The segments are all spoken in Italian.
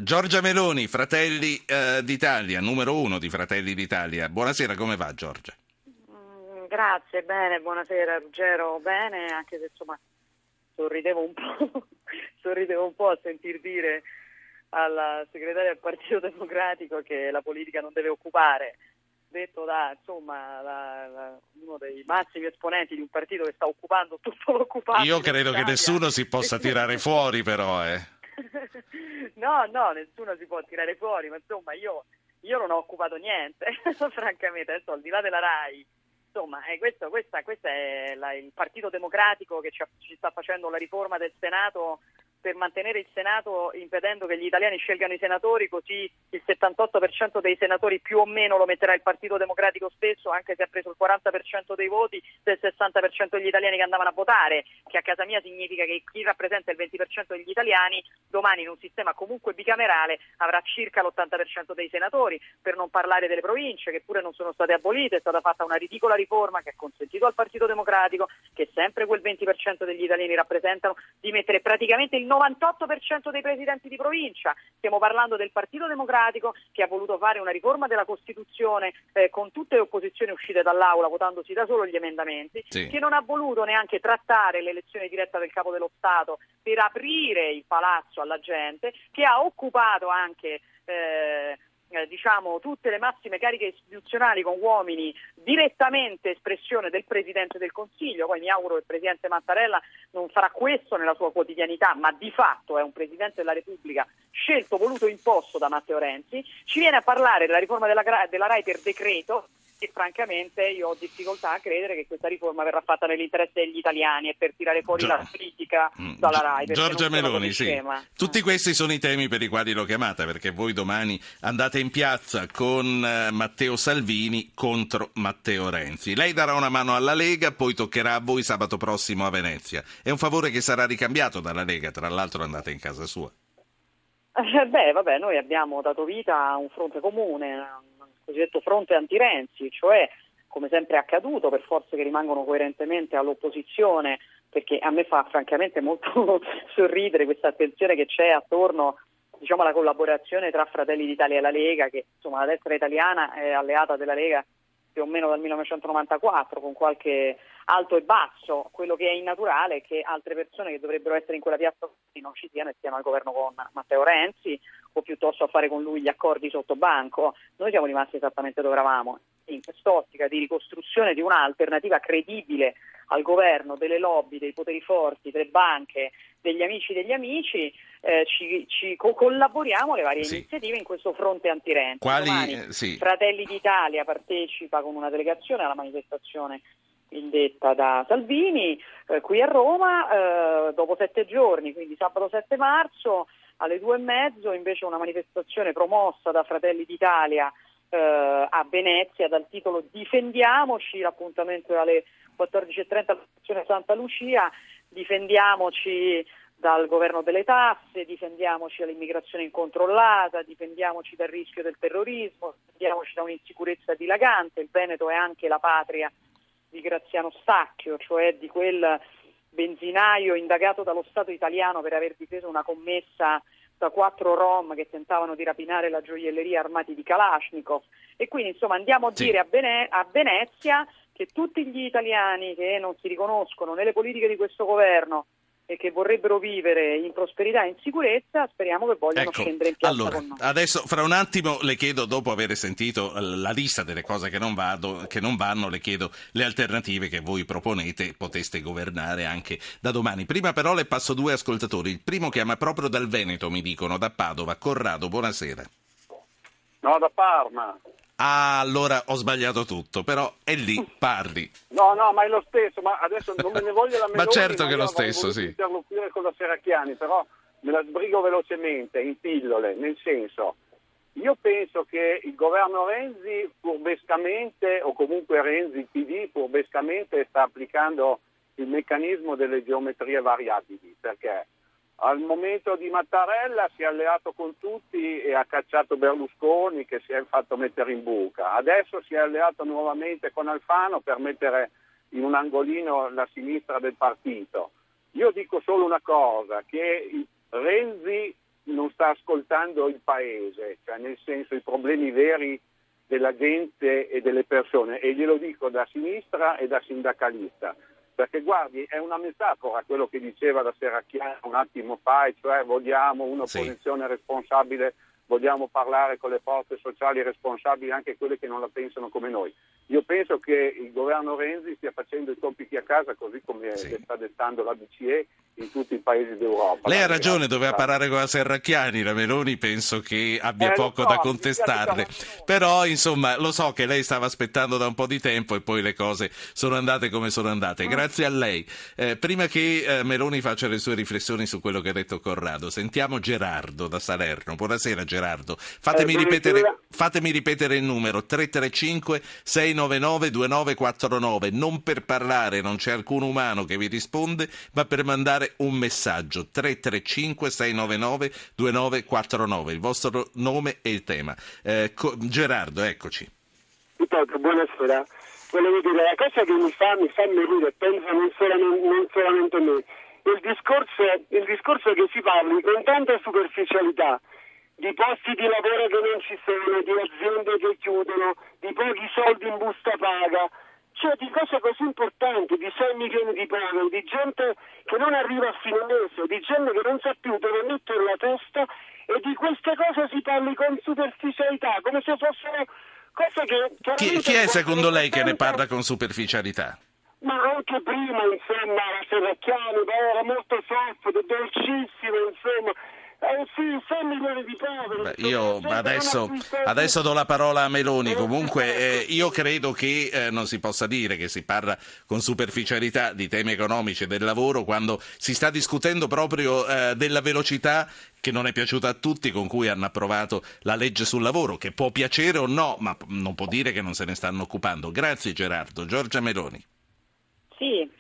Giorgia Meloni, Fratelli d'Italia, numero 1 di Fratelli d'Italia. Buonasera, come va Giorgia? Grazie, bene, buonasera Ruggero, bene, anche se insomma sorridevo un po' a sentir dire alla segretaria del Partito Democratico che la politica non deve occupare, detto da uno dei massimi esponenti di un partito che sta occupando tutto l'occupabile. Io credo che nessuno si possa tirare fuori però. No, nessuno si può tirare fuori, ma insomma io non ho occupato niente, francamente, adesso al di là della RAI. Insomma, questo è il Partito Democratico che ci sta facendo la riforma del Senato per mantenere il Senato impedendo che gli italiani scelgano i senatori, così il 78% dei senatori più o meno lo metterà il Partito Democratico stesso, anche se ha preso il 40% dei voti del 60% degli italiani che andavano a votare, che a casa mia significa che chi rappresenta il 20% degli italiani domani in un sistema comunque bicamerale avrà circa l'80% dei senatori, per non parlare delle province che pure non sono state abolite. È stata fatta una ridicola riforma che ha consentito al Partito Democratico, che sempre quel 20% degli italiani rappresentano, di mettere praticamente il 98% dei presidenti di provincia. Stiamo parlando del Partito Democratico che ha voluto fare una riforma della Costituzione con tutte le opposizioni uscite dall'aula votandosi da solo gli emendamenti, sì, che non ha voluto neanche trattare l'elezione diretta del Capo dello Stato per aprire il palazzo alla gente, che ha occupato anche tutte le massime cariche istituzionali con uomini direttamente espressione del Presidente del Consiglio. Poi mi auguro che il Presidente Mattarella non farà questo nella sua quotidianità, ma di fatto è un Presidente della Repubblica scelto, voluto, imposto da Matteo Renzi. Ci viene a parlare della riforma della RAI per decreto, e francamente io ho difficoltà a credere che questa riforma verrà fatta nell'interesse degli italiani e per tirare fuori la politica dalla RAI. Giorgia Meloni, sì. Tutti questi sono i temi per i quali l'ho chiamata, perché voi domani andate in piazza con Matteo Salvini contro Matteo Renzi. Lei darà una mano alla Lega, poi toccherà a voi sabato prossimo a Venezia. È un favore che sarà ricambiato dalla Lega, tra l'altro andate in casa sua. Noi abbiamo dato vita a un fronte comune, un cosiddetto fronte anti-Renzi, cioè, come sempre è accaduto, per forze che rimangono coerentemente all'opposizione, perché a me fa francamente molto sorridere questa attenzione che c'è attorno, alla collaborazione tra Fratelli d'Italia e la Lega, che la destra italiana è alleata della Lega più o meno dal 1994, con qualche alto e basso. Quello che è innaturale è che altre persone che dovrebbero essere in quella piazza non ci siano e stiano al governo con Matteo Renzi, o piuttosto a fare con lui gli accordi sotto banco. Noi siamo rimasti esattamente dove eravamo, in quest'ottica di ricostruzione di un'alternativa credibile al governo delle lobby, dei poteri forti, delle banche, degli amici degli amici. Collaboriamo alle varie iniziative in questo fronte anti-Renzi. Domani Fratelli d'Italia partecipa con una delegazione alla manifestazione indetta da Salvini qui a Roma, dopo 7 giorni, quindi sabato 7 marzo alle 2:30, invece una manifestazione promossa da Fratelli d'Italia a Venezia dal titolo Difendiamoci. L'appuntamento è alle 14:30 alla stazione Santa Lucia. Difendiamoci dal governo delle tasse, difendiamoci dall'immigrazione incontrollata, difendiamoci dal rischio del terrorismo, difendiamoci da un'insicurezza dilagante. Il Veneto è anche la patria di Graziano Stacchio, cioè di quel benzinaio indagato dallo Stato italiano per aver difeso una commessa da 4 rom che tentavano di rapinare la gioielleria armati di Kalashnikov. E quindi andiamo a dire a Venezia che tutti gli italiani che non si riconoscono nelle politiche di questo governo e che vorrebbero vivere in prosperità e in sicurezza, speriamo che vogliano scendere in piazza con noi. Adesso fra un attimo le chiedo, dopo aver sentito la lista delle cose che non vanno, le chiedo le alternative che voi proponete, poteste governare anche da domani. Prima però le passo 2 ascoltatori. Il primo chiama proprio dal Veneto, mi dicono, da Padova. Corrado, buonasera. No, da Parma. Ah, allora ho sbagliato tutto, però è lì, parli. No, ma è lo stesso, ma adesso non me ne voglio la Meloni. Ma certo che è lo stesso, sì. Interloquire con la Serracchiani, però me la sbrigo velocemente, in pillole, nel senso, io penso che il governo Renzi furbescamente, o comunque Renzi, il PD, furbescamente sta applicando il meccanismo delle geometrie variabili, perché al momento di Mattarella si è alleato con tutti e ha cacciato Berlusconi che si è fatto mettere in buca. Adesso si è alleato nuovamente con Alfano per mettere in un angolino la sinistra del partito. Io dico solo una cosa, che Renzi non sta ascoltando il paese, cioè nel senso i problemi veri della gente e delle persone, e glielo dico da sinistra e da sindacalista, perché guardi, è una metafora quello che diceva la Serracchiani un attimo fa, e cioè vogliamo un'opposizione responsabile, vogliamo parlare con le forze sociali responsabili, anche quelle che non la pensano come noi. Io penso che il governo Renzi stia facendo i compiti a casa, così come sta dettando la BCE in tutti i paesi d'Europa. Lei ha ragione, doveva parlare con la Serracchiani, la Meloni penso che abbia poco da contestarle, però insomma lo so che lei stava aspettando da un po' di tempo e poi le cose sono andate come sono andate. Grazie a lei. Prima che Meloni faccia le sue riflessioni su quello che ha detto Corrado, sentiamo Gerardo da Salerno. Buonasera Gerardo, fatemi ripetere il numero 335 699 2949, non per parlare, non c'è alcun umano che vi risponde, ma per mandare un messaggio. 335 699 2949, il vostro nome e il tema. Gerardo, eccoci. Buonasera. Volevo dire, la cosa che mi fa morire, penso non solamente me, il discorso che si parli con tanta superficialità di posti di lavoro che non ci sono, di aziende che chiudono, di pochi soldi in busta paga, cioè di cose così importanti, di 6 milioni di poveri, di gente che non arriva a fine mese, di gente che non sa più dove mettere la testa, e di queste cose si parli con superficialità, come se fossero cose che... Chi è secondo lei che ne parla con superficialità? Ma anche prima, insomma, la Serracchiani era molto soft, dolcissimo, insomma... Sì, 6 milioni di poveri. Io adesso do la parola a Meloni. Comunque io credo che non si possa dire che si parla con superficialità di temi economici e del lavoro quando si sta discutendo proprio della velocità che non è piaciuta a tutti, con cui hanno approvato la legge sul lavoro, che può piacere o no, ma non può dire che non se ne stanno occupando. Grazie Gerardo. Giorgia Meloni. Sì.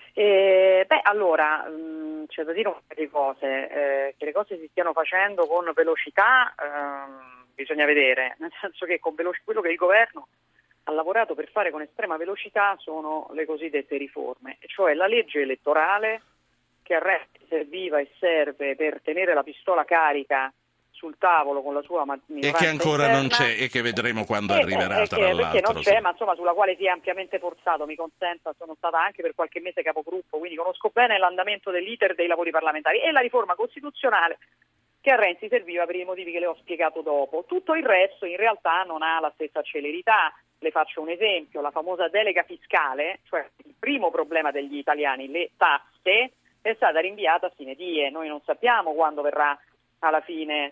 Allora, c'è da dire un po' di cose, che le cose si stiano facendo con velocità, bisogna vedere, nel senso che con quello che il governo ha lavorato per fare con estrema velocità sono le cosiddette riforme, cioè la legge elettorale che a Renzi serviva e serve per tenere la pistola carica sul tavolo con la sua minoranza e che ancora interna, non c'è e che vedremo quando arriverà, tra l'altro. Perché non c'è, ma insomma sulla quale si è ampiamente forzato, mi consenta, sono stata anche per qualche mese capogruppo, quindi conosco bene l'andamento dell'iter dei lavori parlamentari, e la riforma costituzionale che a Renzi serviva per i motivi che le ho spiegato dopo. Tutto il resto in realtà non ha la stessa celerità. Le faccio un esempio, la famosa delega fiscale, cioè il primo problema degli italiani, le tasse, è stata rinviata a fine die, noi non sappiamo quando verrà alla fine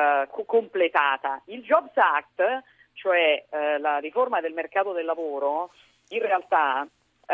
completata. Il Jobs Act, cioè la riforma del mercato del lavoro, in realtà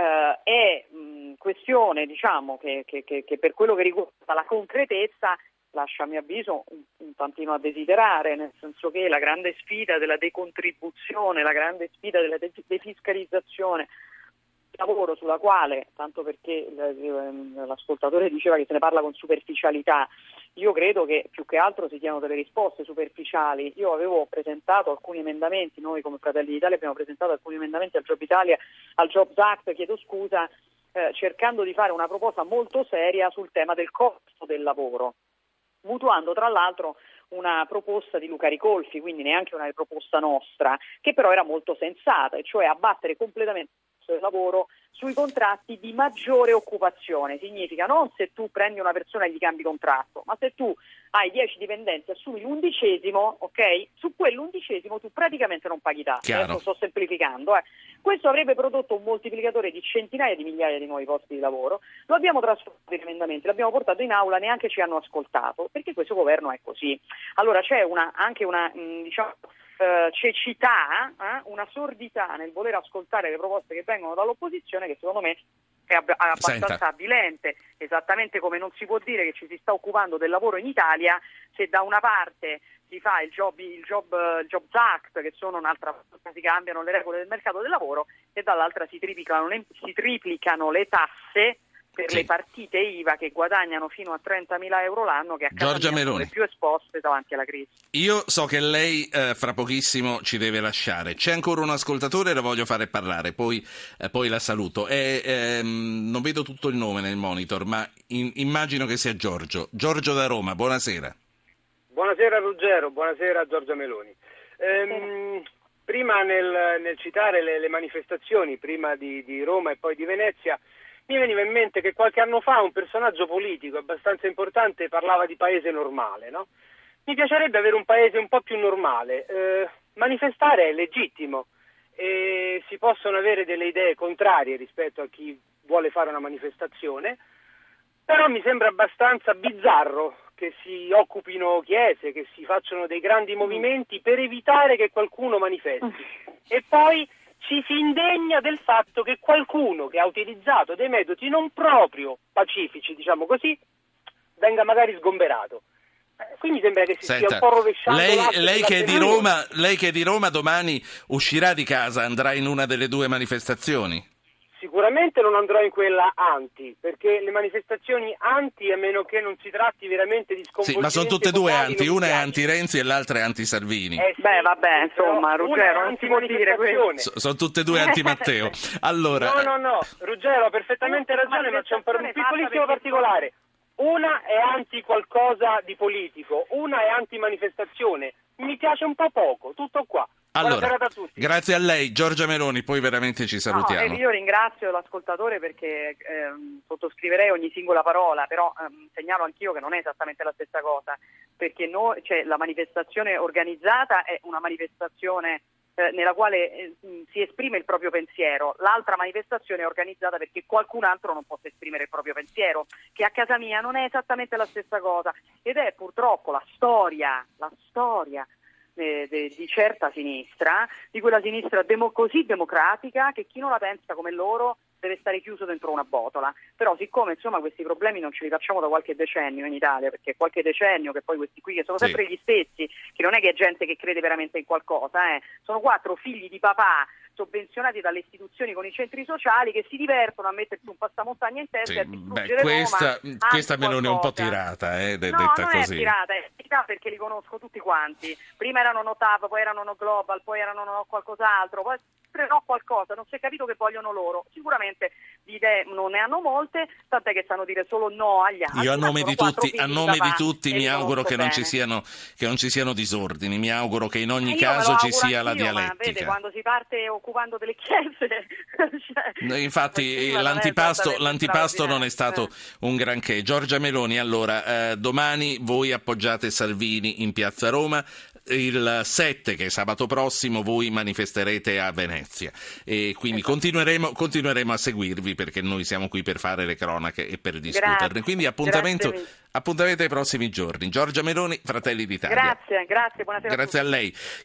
è questione, diciamo, che per quello che riguarda la concretezza lascia, a mio avviso, un tantino a desiderare, nel senso che la grande sfida della decontribuzione, la grande sfida della defiscalizzazione lavoro, sulla quale, tanto perché l'ascoltatore diceva che se ne parla con superficialità, io credo che più che altro si diano delle risposte superficiali. Io avevo presentato alcuni emendamenti, noi come Fratelli d'Italia abbiamo presentato alcuni emendamenti al Jobs Act, cercando di fare una proposta molto seria sul tema del costo del lavoro, mutuando tra l'altro una proposta di Luca Ricolfi, quindi neanche una proposta nostra, che però era molto sensata, e cioè abbattere completamente del lavoro sui contratti di maggiore occupazione. Significa non se tu prendi una persona e gli cambi contratto, ma se tu hai 10 dipendenti, assumi l'11°, ok? Su quell'11° tu praticamente non paghi tasse. Adesso sto semplificando. Questo avrebbe prodotto un moltiplicatore di centinaia di migliaia di nuovi posti di lavoro. Lo abbiamo trasformato in emendamenti, l'abbiamo portato in aula, neanche ci hanno ascoltato, perché questo governo è così. Allora c'è anche una cecità, una sordità nel voler ascoltare le proposte che vengono dall'opposizione, che secondo me è abbastanza avvilente, esattamente come non si può dire che ci si sta occupando del lavoro in Italia se da una parte si fa il Jobs Act, che sono un'altra cosa, si cambiano le regole del mercato del lavoro, e dall'altra si triplicano le tasse per le partite IVA che guadagnano fino a 30.000 euro l'anno, che a casa sono le più esposte davanti alla crisi. Io so che lei fra pochissimo ci deve lasciare. C'è ancora un ascoltatore, la voglio fare parlare, poi la saluto. Non vedo tutto il nome nel monitor, ma immagino che sia Giorgio da Roma. Buonasera. Buonasera Ruggero, buonasera Giorgia Meloni. Prima nel citare le manifestazioni, prima di Roma e poi di Venezia, mi veniva in mente che qualche anno fa un personaggio politico abbastanza importante parlava di paese normale, no? Mi piacerebbe avere un paese un po' più normale. Manifestare è legittimo e si possono avere delle idee contrarie rispetto a chi vuole fare una manifestazione, però mi sembra abbastanza bizzarro che si occupino chiese, che si facciano dei grandi movimenti per evitare che qualcuno manifesti. E poi ci si indegna del fatto che qualcuno che ha utilizzato dei metodi non proprio pacifici, diciamo così, venga magari sgomberato. Quindi sembra che si stia un po' rovesciando. Lei che è di Roma domani uscirà di casa, andrà in una delle due manifestazioni? Sicuramente non andrò in quella anti, perché le manifestazioni anti, a meno che non si tratti veramente di sconvolgimenti. Sì, ma sono tutte e due anti, una è anti-Renzi e l'altra è anti-Salvini. Sì, vabbè, insomma, Ruggero, non si può dire questo. Sono tutte e due anti-Matteo. Allora... No, Ruggero ha perfettamente ragione, ma c'è un piccolissimo particolare. Una è anti qualcosa di politico, una è anti-manifestazione. Mi piace un po' poco, tutto qua. Allora, a tutti. Grazie a lei, Giorgia Meloni, poi veramente ci salutiamo. Io ringrazio l'ascoltatore perché sottoscriverei ogni singola parola, però segnalo anch'io che non è esattamente la stessa cosa, perché la manifestazione organizzata è una manifestazione nella quale si esprime il proprio pensiero, l'altra manifestazione è organizzata perché qualcun altro non possa esprimere il proprio pensiero, che a casa mia non è esattamente la stessa cosa, ed è purtroppo la storia di certa sinistra, di quella sinistra così democratica che chi non la pensa come loro deve stare chiuso dentro una botola. Però siccome insomma questi problemi non ce li facciamo da qualche decennio in Italia, perché qualche decennio che poi questi qui che sono sempre gli stessi, che non è che è gente che crede veramente in qualcosa, sono 4 figli di papà sovvenzionati dalle istituzioni con i centri sociali che si divertono a mettersi un passamontagna in testa e a distruggere questa Meloni è un po' tirata, detta non così. È tirata perché li conosco tutti quanti. Prima erano no TAV, poi erano no Global, poi erano no qualcos'altro, poi no qualcosa, non si è capito che vogliono loro. Sicuramente di idee non ne hanno molte, tant'è che sanno dire solo no agli altri. Io a nome di tutti mi auguro che non ci siano disordini, mi auguro che in ogni caso ci sia la dialettica. Ma vede, quando si parte occupando delle chiese infatti l'antipasto non è stato un granché. Giorgia Meloni, allora domani voi appoggiate Salvini in Piazza Roma, il 7 che è sabato prossimo voi manifesterete a Venezia e quindi continueremo a seguirvi perché noi siamo qui per fare le cronache e per discuterne. Quindi appuntamento ai prossimi giorni. Giorgia Meloni, Fratelli d'Italia. Grazie, buonasera. Grazie a lei.